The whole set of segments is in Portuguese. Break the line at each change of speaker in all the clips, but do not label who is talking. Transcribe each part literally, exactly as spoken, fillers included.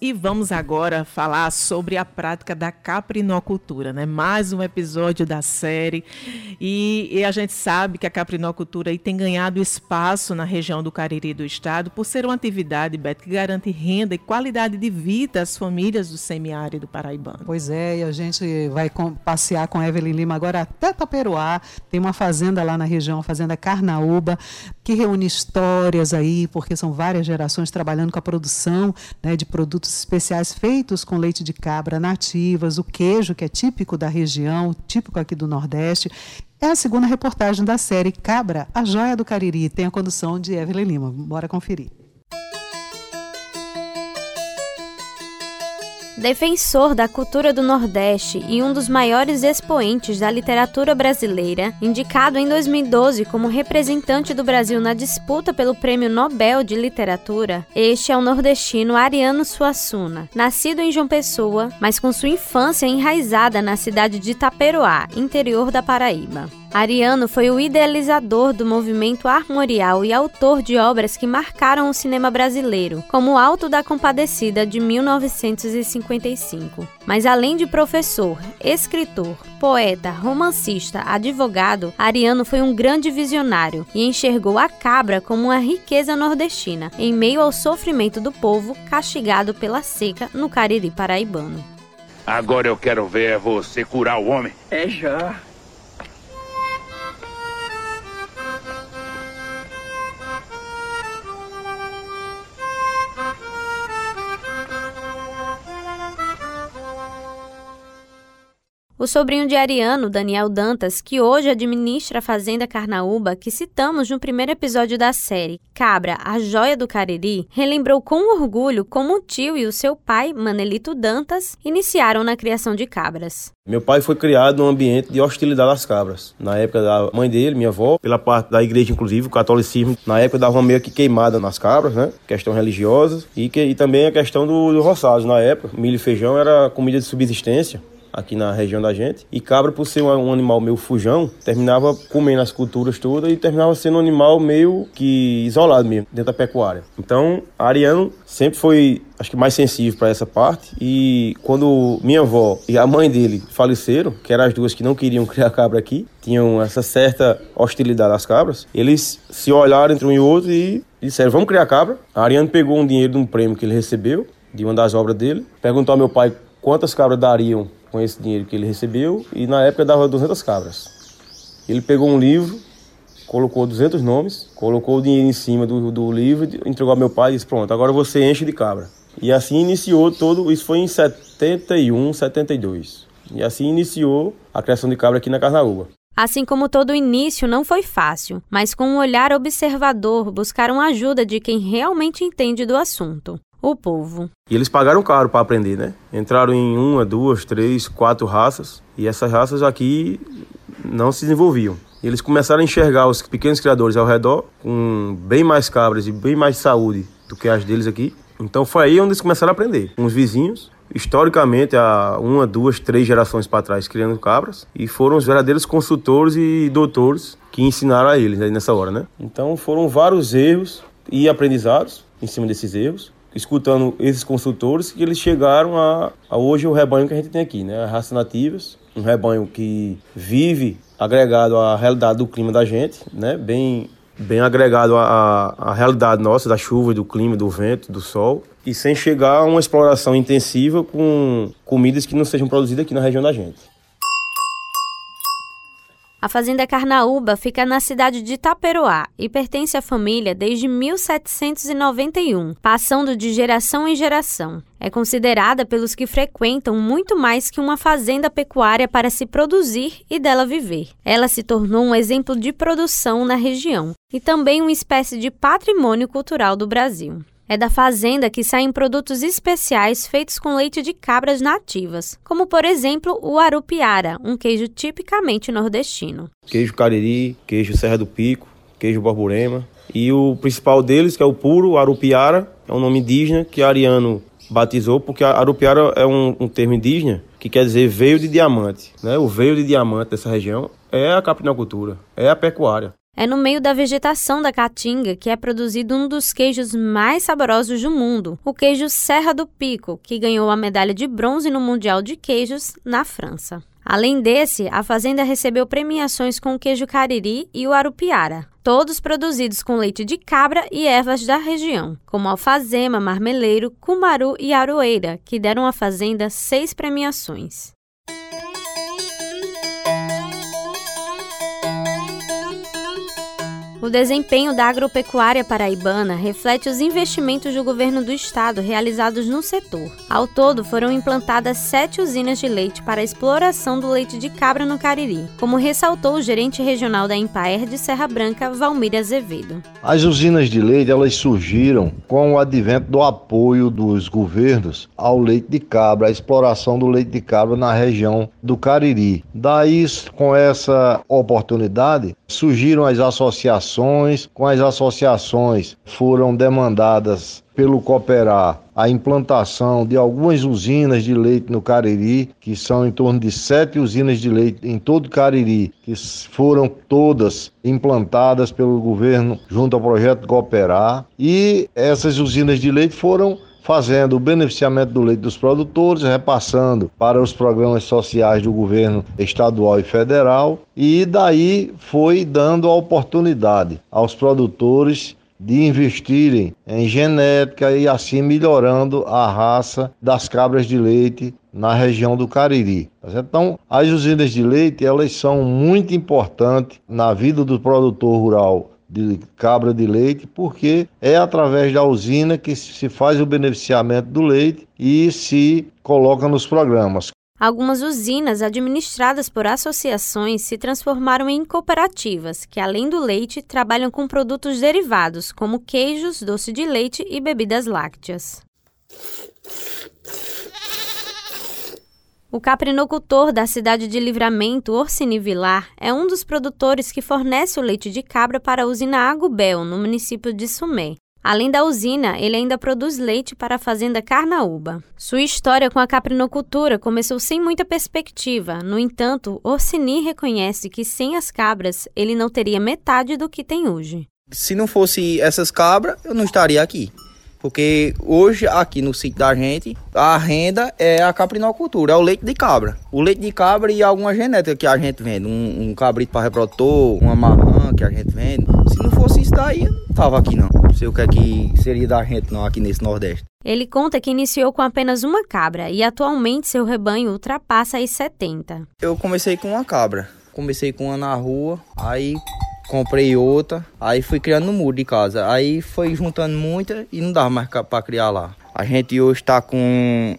E vamos agora falar sobre a prática da caprinocultura, né? Mais um episódio da série. E, e a gente sabe que a caprinocultura aí tem ganhado espaço na região do Cariri do estado por ser uma atividade, Beto, que garante renda e qualidade de vida às famílias do semiárido paraibano.
Pois é, e a gente vai com, passear com a Evelyn Lima agora até Taperoá. Tem uma fazenda lá na região, a Fazenda Carnaúba, que reúne histórias aí, porque são várias gerações trabalhando com a produção, né, de produtos especiais feitos com leite de cabra nativas, o queijo, que é típico da região, típico aqui do Nordeste. É a segunda reportagem da série Cabra, a Joia do Cariri. Tem a condução de Evelyn Lima. Bora conferir.
Defensor da cultura do Nordeste e um dos maiores expoentes da literatura brasileira, indicado em dois mil e doze como representante do Brasil na disputa pelo Prêmio Nobel de Literatura, este é o nordestino Ariano Suassuna, nascido em João Pessoa, mas com sua infância enraizada na cidade de Taperoá, interior da Paraíba. Ariano foi o idealizador do movimento armorial e autor de obras que marcaram o cinema brasileiro, como o Alto da Compadecida, de mil novecentos e cinquenta e cinco. Mas além de professor, escritor, poeta, romancista, advogado, Ariano foi um grande visionário e enxergou a cabra como uma riqueza nordestina, em meio ao sofrimento do povo castigado pela seca no Cariri paraibano.
Agora eu quero ver você curar o homem.
É já.
O sobrinho de Ariano, Daniel Dantas, que hoje administra a Fazenda Carnaúba, que citamos no primeiro episódio da série Cabra, a Joia do Cariri, relembrou com orgulho como o tio e o seu pai, Manelito Dantas, iniciaram na criação de cabras.
Meu pai foi criado num ambiente de hostilidade às cabras. Na época da mãe dele, minha avó, pela parte da igreja, inclusive, o catolicismo, na época dava uma meio que queimada nas cabras, né? Questão religiosa. E, que, e também a questão do, do roçado. Na época, milho e feijão era comida de subsistência aqui na região da gente, e cabra, por ser um, um animal meio fujão, terminava comendo as culturas todas e terminava sendo um animal meio que isolado mesmo, dentro da pecuária. Então, Ariano sempre foi, acho que, mais sensível para essa parte, e quando minha avó e a mãe dele faleceram, que eram as duas que não queriam criar cabra aqui, tinham essa certa hostilidade às cabras, eles se olharam entre um e outro e disseram, vamos criar cabra. Ariano pegou um dinheiro de um prêmio que ele recebeu, de uma das obras dele, perguntou ao meu pai quantas cabras dariam com esse dinheiro que ele recebeu, e na época dava duzentas cabras. Ele pegou um livro, colocou duzentos nomes, colocou o dinheiro em cima do, do livro, entregou ao meu pai e disse, pronto, agora você enche de cabra. E assim iniciou todo, isso foi em setenta e um, setenta e dois. E assim iniciou a criação de cabra aqui na Carnaúba.
Assim como todo o início não foi fácil, mas com um olhar observador buscaram ajuda de quem realmente entende do assunto. O povo.
E eles pagaram caro para aprender, né? Entraram em uma, duas, três, quatro raças, e essas raças aqui não se desenvolviam. E eles começaram a enxergar os pequenos criadores ao redor com bem mais cabras e bem mais saúde do que as deles aqui. Então foi aí onde eles começaram a aprender. Com os vizinhos, historicamente, há uma, duas, três gerações para trás, criando cabras, e foram os verdadeiros consultores e doutores que ensinaram a eles aí nessa hora, né? Então foram vários erros e aprendizados em cima desses erros, escutando esses consultores, que eles chegaram a, a hoje o rebanho que a gente tem aqui, né? As raças nativas, um rebanho que vive agregado à realidade do clima da gente, né? Bem, bem agregado à, à realidade nossa, da chuva, do clima, do vento, do sol, e sem chegar a uma exploração intensiva com comidas que não sejam produzidas aqui na região da gente.
A Fazenda Carnaúba fica na cidade de Taperoá e pertence à família desde mil setecentos e noventa e um, passando de geração em geração. É considerada pelos que frequentam muito mais que uma fazenda pecuária para se produzir e dela viver. Ela se tornou um exemplo de produção na região e também uma espécie de patrimônio cultural do Brasil. É da fazenda que saem produtos especiais feitos com leite de cabras nativas, como, por exemplo, o arupiara, um queijo tipicamente nordestino.
Queijo Cariri, queijo Serra do Pico, queijo Borborema. E o principal deles, que é o puro, arupiara, é um nome indígena que Ariano batizou, porque arupiara é um, um termo indígena que quer dizer veio de diamante, né? O veio de diamante dessa região é a caprinocultura, é a pecuária.
É no meio da vegetação da Caatinga que é produzido um dos queijos mais saborosos do mundo, o queijo Serra do Pico, que ganhou a medalha de bronze no Mundial de Queijos na França. Além desse, a fazenda recebeu premiações com o queijo Cariri e o Arupiara, todos produzidos com leite de cabra e ervas da região, como alfazema, marmeleiro, cumaru e aroeira, que deram à fazenda seis premiações. O desempenho da agropecuária paraibana reflete os investimentos do governo do estado realizados no setor. Ao todo, foram implantadas sete usinas de leite para a exploração do leite de cabra no Cariri, como ressaltou o gerente regional da Empaer de Serra Branca, Valmir Azevedo.
As usinas de leite elas surgiram com o advento do apoio dos governos ao leite de cabra, à exploração do leite de cabra na região do Cariri. Daí, com essa oportunidade, surgiram as associações. Com as associações foram demandadas pelo Cooperar a implantação de algumas usinas de leite no Cariri, que são em torno de sete usinas de leite em todo o Cariri, que foram todas implantadas pelo governo junto ao projeto Cooperar. E essas usinas de leite foram fazendo o beneficiamento do leite dos produtores, repassando para os programas sociais do governo estadual e federal, e daí foi dando a oportunidade aos produtores de investirem em genética e assim melhorando a raça das cabras de leite na região do Cariri. Então, as usinas de leite, elas são muito importantes na vida do produtor rural de cabra de leite, porque é através da usina que se faz o beneficiamento do leite e se coloca nos programas.
Algumas usinas administradas por associações se transformaram em cooperativas, que além do leite, trabalham com produtos derivados, como queijos, doce de leite e bebidas lácteas. O caprinocultor da cidade de Livramento, Orsini Vilar, é um dos produtores que fornece o leite de cabra para a usina Agubel, no município de Sumé. Além da usina, ele ainda produz leite para a fazenda Carnaúba. Sua história com a caprinocultura começou sem muita perspectiva. No entanto, Orsini reconhece que sem as cabras, ele não teria metade do que tem hoje.
Se não fosse essas cabras, eu não estaria aqui. Porque hoje, aqui no sítio da gente, a renda é a caprinocultura, é o leite de cabra. O leite de cabra e alguma genética que a gente vende. Um, um cabrito para reprodutor, uma marrã que a gente vende. Se não fosse isso daí, eu não estava aqui não. Não sei o que é que seria da gente não aqui nesse Nordeste.
Ele conta que iniciou com apenas uma cabra e atualmente seu rebanho ultrapassa as setenta.
Eu comecei com uma cabra. Comecei com uma na rua, aí comprei outra, aí fui criando no muro de casa. Aí foi juntando muita e não dava mais para criar lá. A gente hoje está com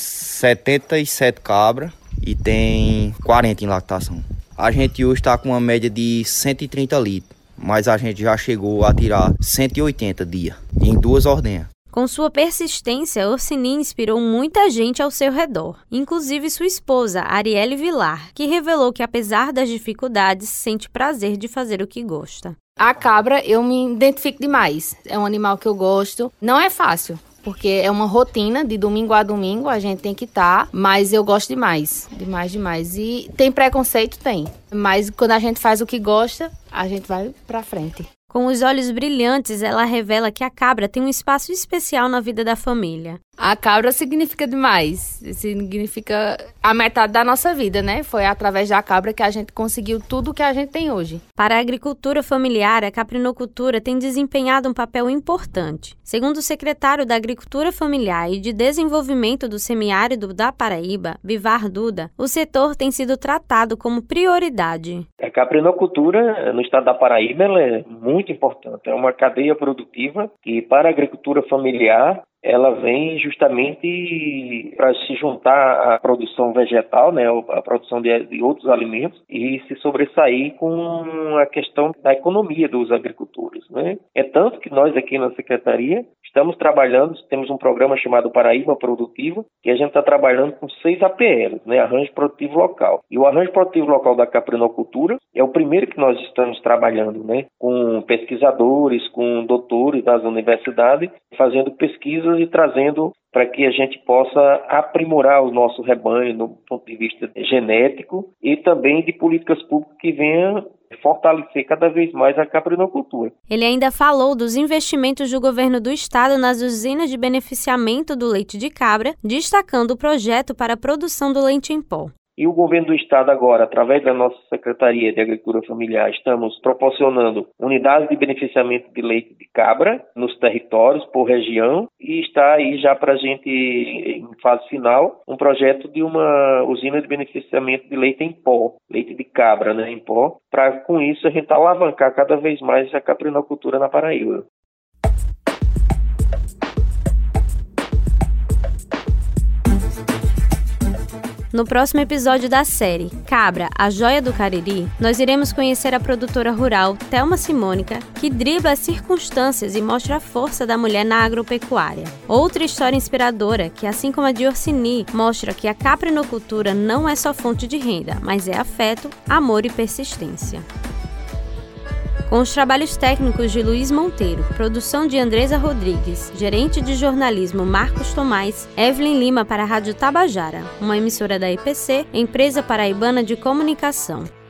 setenta e sete cabras e tem quarenta em lactação. A gente hoje está com uma média de cento e trinta litros, mas a gente já chegou a tirar cento e oitenta dias em duas ordenhas.
Com sua persistência, Orsini inspirou muita gente ao seu redor, inclusive sua esposa, Arielle Vilar, que revelou que, apesar das dificuldades, sente prazer de fazer o que gosta.
A cabra, eu me identifico demais. É um animal que eu gosto. Não é fácil, porque é uma rotina de domingo a domingo, a gente tem que estar, mas eu gosto demais, demais, demais. E tem preconceito? Tem. Mas quando a gente faz o que gosta, a gente vai pra frente.
Com os olhos brilhantes, ela revela que a cabra tem um espaço especial na vida da família.
A cabra significa demais, significa a metade da nossa vida, né? Foi através da cabra que a gente conseguiu tudo o que a gente tem hoje.
Para a agricultura familiar, a caprinocultura tem desempenhado um papel importante. Segundo o secretário da Agricultura Familiar e de Desenvolvimento do Semiárido da Paraíba, Vivar Duda, o setor tem sido tratado como prioridade.
A caprinocultura no estado da Paraíba ela é muito importante. É uma cadeia produtiva que, para a agricultura familiar, ela vem justamente para se juntar à produção vegetal, né, a produção de, de outros alimentos e se sobressair com a questão da economia dos agricultores, né? É tanto que nós aqui na Secretaria estamos trabalhando, temos um programa chamado Paraíba Produtiva, que a gente está trabalhando com seis A P Ls, né, Arranjo Produtivo Local. E o Arranjo Produtivo Local da caprinocultura é o primeiro que nós estamos trabalhando, né, com pesquisadores, com doutores das universidades, fazendo pesquisas e trazendo para que a gente possa aprimorar o nosso rebanho no ponto de vista genético e também de políticas públicas que venham fortalecer cada vez mais a caprinocultura.
Ele ainda falou dos investimentos do governo do estado nas usinas de beneficiamento do leite de cabra, destacando o projeto para a produção do leite em pó.
E o governo do estado agora, através da nossa Secretaria de Agricultura Familiar, estamos proporcionando unidades de beneficiamento de leite de cabra nos territórios, por região, e está aí já para a gente, em fase final, um projeto de uma usina de beneficiamento de leite em pó, leite de cabra, né, em pó, para com isso a gente alavancar cada vez mais a caprinocultura na Paraíba.
No próximo episódio da série Cabra, a Joia do Cariri, nós iremos conhecer a produtora rural Thelma Simônica, que dribla as circunstâncias e mostra a força da mulher na agropecuária. Outra história inspiradora, que assim como a de Orsini, mostra que a caprinocultura não é só fonte de renda, mas é afeto, amor e persistência. Com os trabalhos técnicos de Luiz Monteiro, produção de Andresa Rodrigues, gerente de jornalismo Marcos Tomás, Evelyn Lima para a Rádio Tabajara, uma emissora da E P C, Empresa Paraibana de Comunicação.